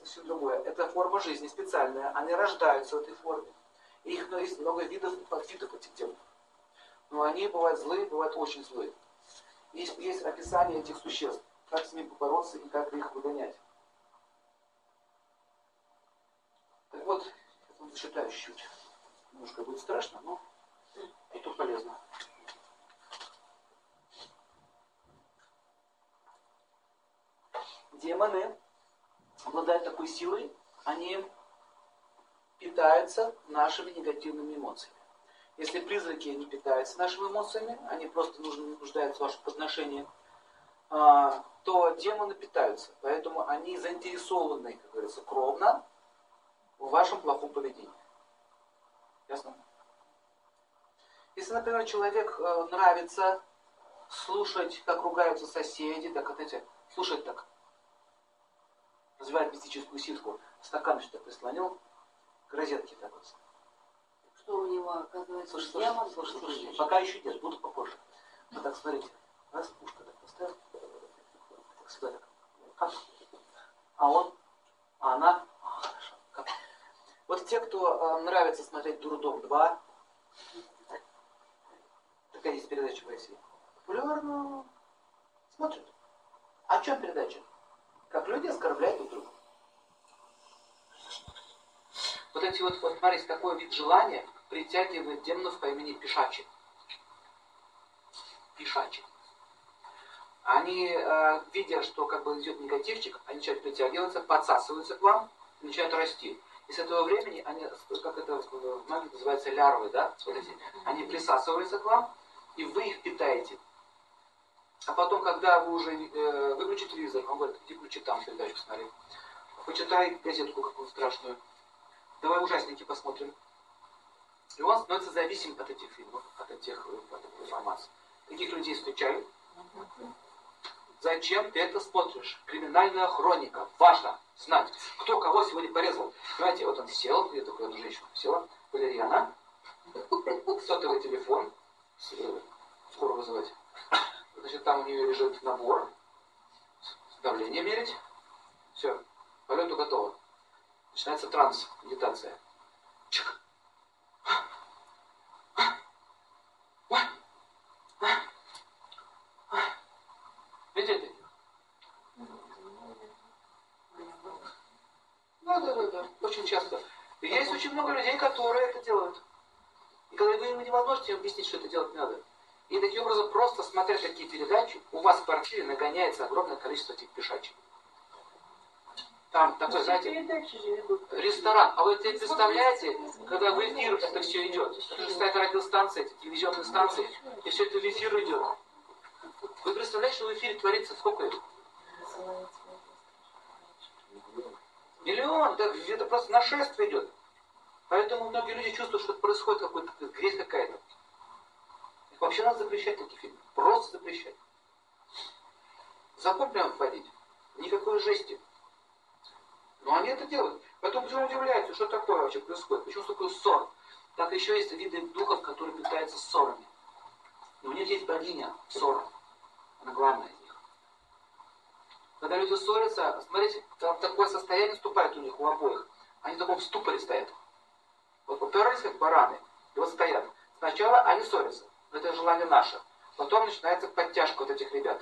совсем другое. Это форма жизни специальная. Они рождаются в этой форме. И их есть много видов и подвидов этих демонов. Но они бывают злые, бывают очень злые. Есть описание этих существ, как с ними побороться и как их выгонять. Так вот, я вам зачитаю чуть-чуть. Немножко будет страшно, но это полезно. Демоны обладают такой силой, они питаются нашими негативными эмоциями. Если призраки не питаются нашими эмоциями, они просто нуждаются в вашем подношении, то демоны питаются. Поэтому они заинтересованы, как говорится, кровно в вашем плохом поведении. Ясно? Если, например, человек нравится слушать, как ругаются соседи, так, знаете, слушать так, развивает мистическую ситху, стаканчик так прислонил к розетке так вот. Что у него, оказывается, слушай, пока еще нет, буду попозже. Вот так, смотрите, раз, ушко так поставил, так сюда так, а он, а она, хорошо, как. Вот те, кто нравится смотреть «Дурдом 2», такая есть передача в России, популярно смотрят. О чем передача? Как люди оскорбляют друг друга. Вот эти вот, смотрите, такой вид желания притягивает демонов по имени Пишачи. Пишачи. Они, видя, что как бы идет негативчик, они начинают притягиваться, подсасываются к вам и начинают расти. И с этого времени они, как это в магии называется, лярвы, да, смотрите, они присасываются к вам, и вы их питаете. А потом, когда вы уже выключите телевизор, он говорит, иди включи там передачу, смотри. Почитай газетку какую страшную. Давай ужасненьки посмотрим. И он становится зависим от этих фильмов, от этой информации. Таких людей встречают. Зачем ты это смотришь? Криминальная хроника. Важно знать, кто кого сегодня порезал. Понимаете, вот он сел, я такую одну женщину села, валерьяна, сотовый телефон, скоро вызывать. Значит, там у нее лежит набор, давление мерить. Все, полету готово. Начинается транс, медитация. Чик. Видите таких? Да. Очень часто. И есть очень много людей, которые это делают. И когда вы не можете объяснить, что это делать не надо. И таким образом, просто смотря такие передачи, у вас в квартире нагоняется огромное количество этих пишачей. Там такой, знаете, ресторан. А вы себе представляете, когда в эфир это все идет? Это же стоят радиостанции, эти телевизионные станции, и все это в эфир идет. Вы представляете, что в эфире творится сколько их? Миллион, да, это просто нашествие идет. Поэтому многие люди чувствуют, что происходит какой-то грязь какая-то. Их вообще надо запрещать такие фильмы. Просто запрещать. Закон прямо вводить. Никакой жести. Но они это делают. Поэтому все удивляются, что такое вообще происходит. Почему столько ссор? Так еще есть виды духов, которые питаются ссорами. И у них есть богиня ссора. Она главная из них. Когда люди ссорятся, смотрите, там такое состояние наступает у них, у обоих. Они в таком ступоре стоят. Вот уперлись как бараны. И вот стоят. Сначала они ссорятся. Это желание наше. Потом начинается подтяжка вот этих ребят.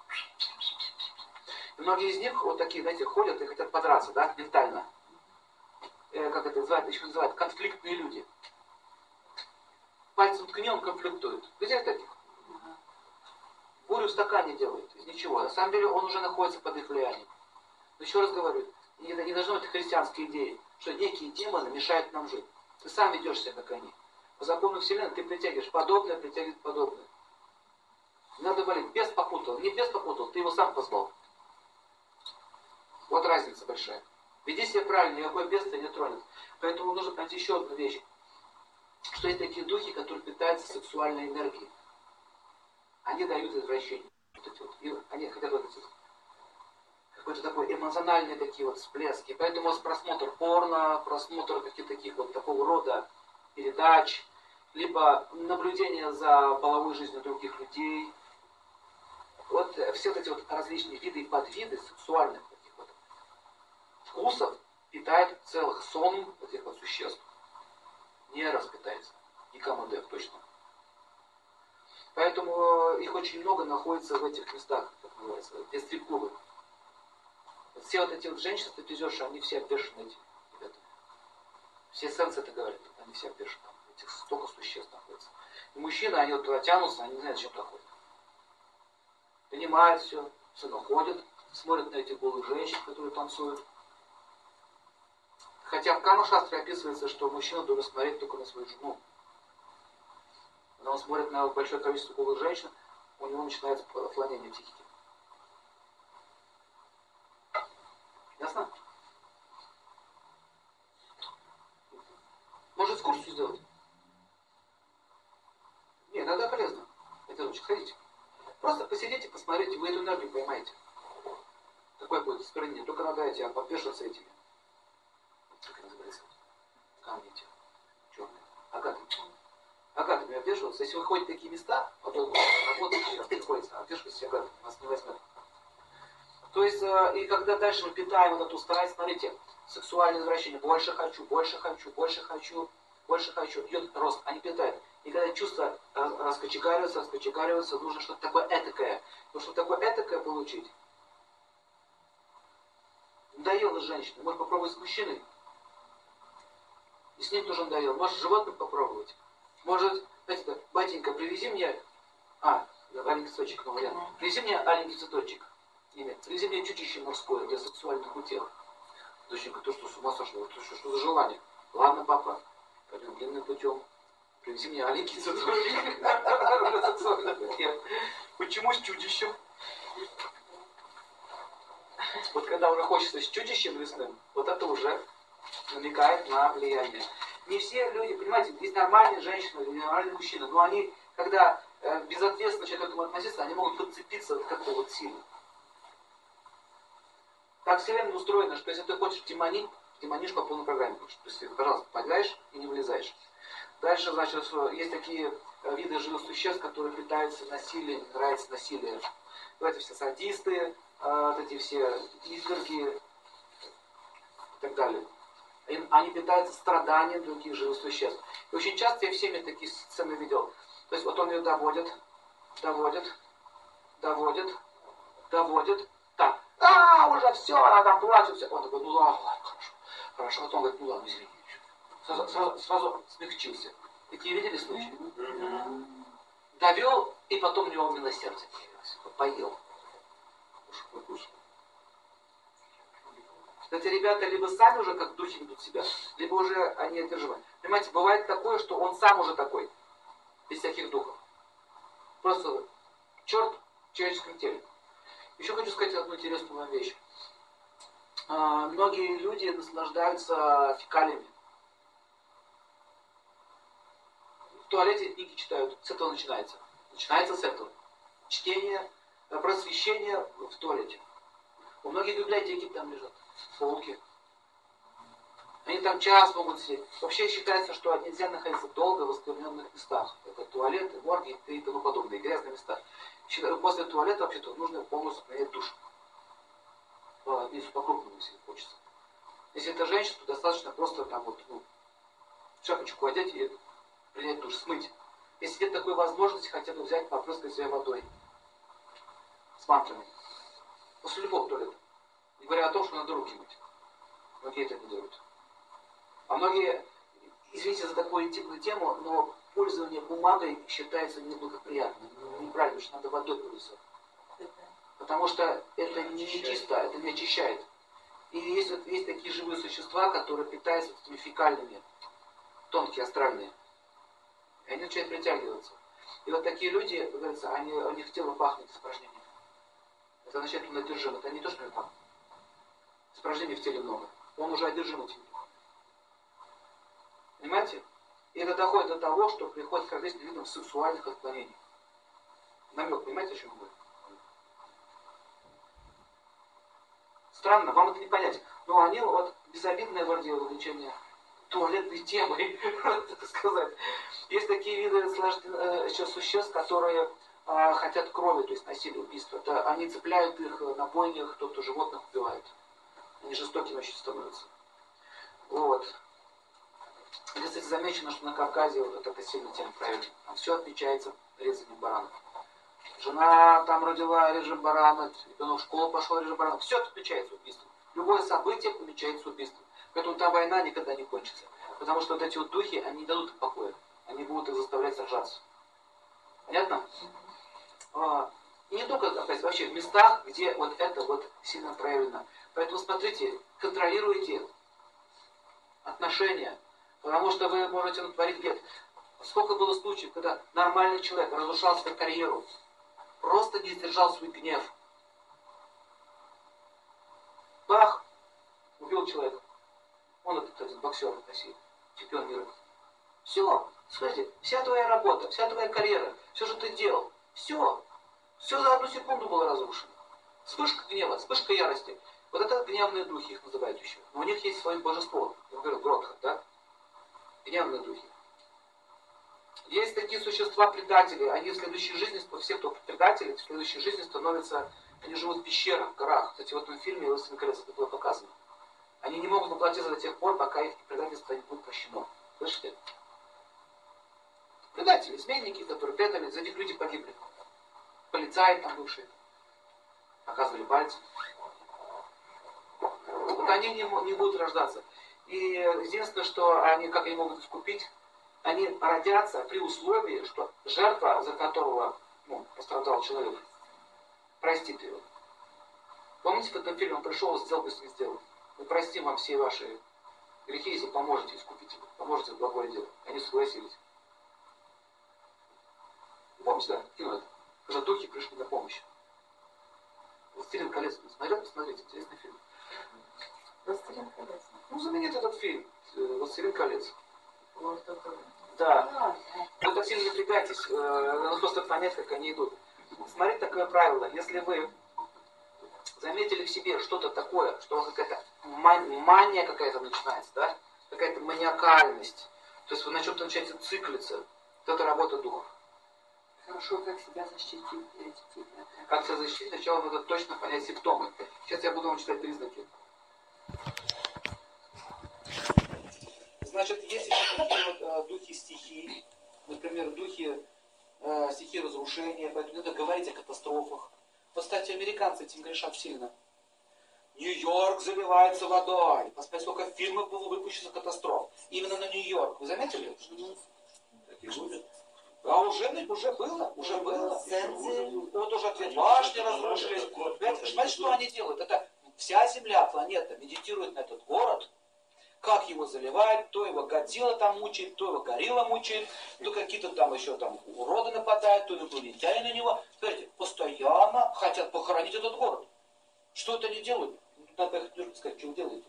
И многие из них вот такие, знаете, ходят и хотят подраться, да, ментально. Как это называют, еще называют, конфликтные люди. Пальцем ткни, он конфликтует. Видели таких? Бурю в стакане делают, из ничего. На самом деле он уже находится под их влиянием. Но еще раз говорю, не должно быть христианской идеи, что некие демоны мешают нам жить. Ты сам ведешь себя, как они. По закону Вселенной ты притягиваешь подобное, притягивает подобное. Надо болеть. Бес попутал. Не бес попутал, ты его сам позвал. Вот разница большая. Веди себя правильно, никакой бес тебя не тронет. Поэтому нужно понять еще одну вещь. Что есть такие духи, которые питаются сексуальной энергией. Они дают извращение. Они хотят вот эти какой-то такой эмоциональные такие вот всплески. Поэтому просмотр порно, просмотр каких-то таких вот такого рода передач, либо наблюдение за половой жизнью других людей. Вот все вот эти вот различные виды и подвиды сексуальных таких вот трусов питает целых сон этих вот существ. Не раз питается. И Камадев точно. Поэтому их очень много находится в этих местах, как называется, где стрип-клубы. Все вот эти вот женщины, стриптизерши, они все обвешаны этими ребятами. Все сенсы это говорят, они все обвешаны. Этих столько существ находится. И мужчины, они вот туда тянутся, они не знают, зачем туда ходят. Понимают все равно ходят, смотрят на этих голых женщин, которые танцуют. Хотя в Кама-шастре описывается, что мужчина должен смотреть только на свою жену. Когда он смотрит на большое количество голых женщин, у него начинается отклонение психики. Ясно? Может, экскурсию сделать? Не, иногда полезно. Это лучше. Ходите. Просто посидите, посмотрите, вы эту энергию поймаете. Такое будет состояние. Только надо эти обвешиваться этими. Как это называется? Камни эти. Черные. Агатами обвешиваться. Если вы ходите в такие места, потом работаете, приходится обвешиваться агатами. Вас не возьмет. То есть, и когда дальше мы питаем вот эту страсть, смотрите, сексуальное извращение. Больше хочу, больше хочу, больше хочу, больше хочу. Идет рост, они питают. И когда чувства раскочегариваются, нужно что-то такое этакое. Но чтобы такое этакое получить, надоело женщине. Может попробовать с мужчиной. И с ним тоже надоело. Может с животным попробовать. Может, знаете, батенька, привези мне... аленький цветочек, новый вариант. Привези мне аленький цветочек. Привези мне чудище морское для сексуальных утех. Доченька, ты что, с ума сошла? Что за желание? Ладно, папа, пойдем длинным путем. Привези мне аленький цветочек. Почему с чудищем? Вот когда уже хочется с чудищем лесным, вот это уже намекает на влияние. Не все люди, понимаете, есть нормальные женщины, нормальные мужчины, но они, когда безответственно начинают к этому относиться, они могут подцепиться от какого-то силы. Так вселенная устроена, что если ты хочешь демонить, демонишь по полной программе. То есть, пожалуйста, подлезаешь и не влезаешь. Дальше, значит, есть такие виды живых существ, которые питаются насилием, нравится насилие. Вот эти все садисты, вот эти все изверги и так далее. Они питаются страданием других живых существ. И очень часто я в семье такие сцены видел. То есть вот он ее доводит. Так, уже все, она там плачет, все. Он такой, ну ладно, хорошо. Потом говорит, ну ладно, извини. Сразу смягчился. Такие видели случаи? Довел, и потом у него милосердие появилось. Поел. Эти ребята либо сами уже как духи ведут себя, либо уже они одержимы. Понимаете, бывает такое, что он сам уже такой, без всяких духов. Просто черт в человеческом теле. Еще хочу сказать одну интересную вам вещь. Многие люди наслаждаются фекалиями. В туалете книги читают. С этого начинается. Начинается с этого. Чтение, просвещение в туалете. У многих библиотеки там лежат. Полки. Они там час могут сидеть. Вообще считается, что нельзя находиться долго в оскверненных местах. Это туалеты, морги и тому подобные, грязные места. После туалета вообще-то нужно полностью принять душ. Если по-крупному, если хочется. Если это женщина, то достаточно просто там вот, шапочку одеть и принять душ, смыть. Если нет такой возможности, хотя бы взять, попрыскать себя водой. С мантрами. После любого туалета. Не говоря о том, что надо руки мыть. Многие это не делают. А многие, извините за такую интимную тему, но пользование бумагой считается неблагоприятным. Неправильно, что надо водой пользоваться. Потому что это не чисто, это не очищает. И есть такие живые существа, которые питаются этими фекальными, тонкие, астральные. И они начинают притягиваться. И вот такие люди, как говорится, у них тело пахнет испражнением. Это означает, он одержим. Это не то, что у него там испражнений в теле много. Он уже одержим этим. Понимаете? И это доходит до того, что приходит к различным видам сексуальных отклонений. Намек, понимаете, о чем говорю? Странно, вам это не понять. Но они вот безобидное вроде увлечение туалетной темой, так сказать. Есть такие виды существ, которые хотят крови, то есть насилие, убийство. Это они цепляют их на бойнях, кто-то животных убивает. Они жестокими очень становятся. Вот. И, кстати, замечено, что на Кавказе вот это сильно тема правильно. Там все отмечается резанием баранов. Жена там родила режим барана, ребенок в школу пошел режим барана. Все отмечается убийством. Любое событие помечается убийством. Поэтому там война никогда не кончится. Потому что вот эти вот духи, они не дадут им покоя. Они будут их заставлять сражаться. Понятно? И не только, опять, вообще в местах, где вот это вот сильно проявлено. Поэтому смотрите, контролируйте отношения. Потому что вы можете натворить бед. Сколько было случаев, когда нормальный человек разрушал свою карьеру, просто не сдержал свой гнев. Бах! Убил человека. Он этот один боксер в России, чемпион мира. Все. Смотрите, вся твоя работа, вся твоя карьера, все, что ты делал, все за одну секунду было разрушено. Вспышка гнева, вспышка ярости. Вот это гневные духи, их называют еще. Но у них есть свое божество. Я говорю, Гротха, да? Гневные духи. Есть такие существа-предатели, они в следующей жизни, все, кто предатели, в следующей жизни становятся, они живут в пещерах, в горах. Кстати, в этом фильме «Властелин колец» это было показано. Они не могут воплотиться до тех пор, пока их предательство не будет прощено. Слышите? Предатели, изменники, которые предали, за них люди погибли. Полицаи там бывшие. Показывали пальцы. Вот они не будут рождаться. И единственное, что они, как они могут искупить, они родятся при условии, что жертва, за которого пострадал человек, простит его. Помните, в этом фильме он пришел и сделку с ним сделал? Мы простим вам все ваши грехи, если поможете искупить его, поможете в благое дело. Они согласились. Помните, да, кино это? Когда духи пришли на помощь. «Властелин колец». Смотрел? Посмотрите, интересный фильм. «Властелин колец». Ну, знаменитый этот фильм «Властелин колец». Да. Вы так сильно напрягайтесь, надо просто понять, как они идут. Смотрите, такое правило. Если вы заметили в себе что-то такое, что у вас какая-то мания какая-то начинается, да? Какая-то маниакальность, то есть вы на чем-то начинаете циклиться, то это работа духов. Хорошо, как себя защитить? Как себя защитить? Сначала надо точно понять симптомы. Сейчас я буду вам читать признаки. Значит, есть еще такие вот духи стихий, например, духи стихии разрушения, поэтому надо говорить о катастрофах. Вот, кстати, американцы этим грешат сильно. Нью-Йорк заливается водой. Посмотрите, сколько фильмов было выпущено катастроф. Именно на Нью-Йорк. Вы заметили? А уже было. Вот уже две башни разрушились. Понимаете, что они делают? Это вся Земля, планета медитирует на этот город. Как его заливает, то его Годзилла там мучает, то его горилла мучает, то какие-то там еще там уроды нападают, то инопланетяне на него. Смотрите, постоянно хотят похоронить этот город. Что это они делают? Надо поехать в Нью-Йорк и сказать, что вы делаете.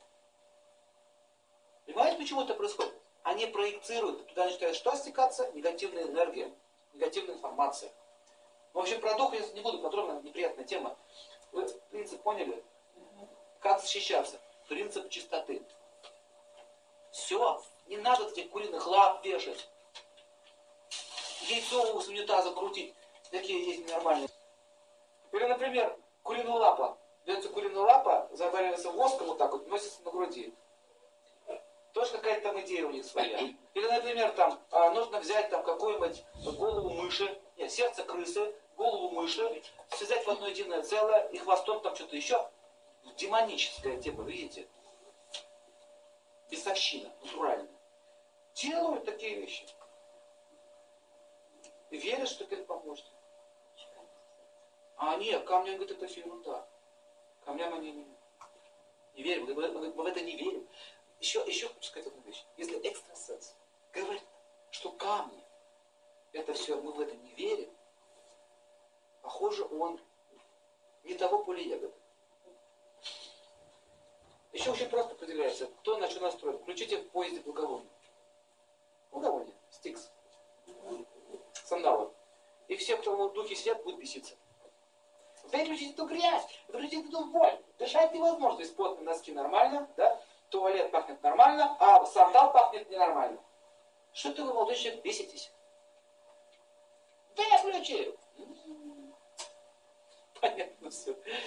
Понимаете, почему это происходит? Они проецируют, туда начинает что стекаться? Негативная энергия, негативная информация. В общем, про дух я не буду подробно, неприятная тема. Вы принцип поняли? Как защищаться? Принцип чистоты. Все, не надо этих куриных лап вешать. Яйцо с унитаза крутить. Такие есть ненормальные. Или, например, куриная лапа. Берется куриная лапа, заваривается воском вот так вот, носится на груди. Тоже какая-то там идея у них своя. Или, например, там нужно взять там какую-нибудь голову мыши, нет, сердце крысы, голову мыши, связать в одно единое целое, и хвостом там что-то еще. Демоническая тема, видите? Бесовщина, натурально. Делают такие вещи. И верят, что это поможет. А нет, камням говорит, это все ерунда. Камням они не верим, мы в это не верим. Еще хочу сказать одну вещь. Если экстрасенс говорит, что камни, это все, мы в это не верим, похоже, он не того поля ягоды. Еще очень просто определяется, кто на что настроен. Включите в поезде благовоние. Благовоние, стикс, сандалы. И все, кто в духе сидят, будут беситься. Выключите эту грязь, выключите эту боль. Дышать невозможно. Из потной носки нормально, да? Туалет пахнет нормально, а сандал пахнет ненормально. Что-то вы, молодой человек, беситесь. Выключи! Понятно все.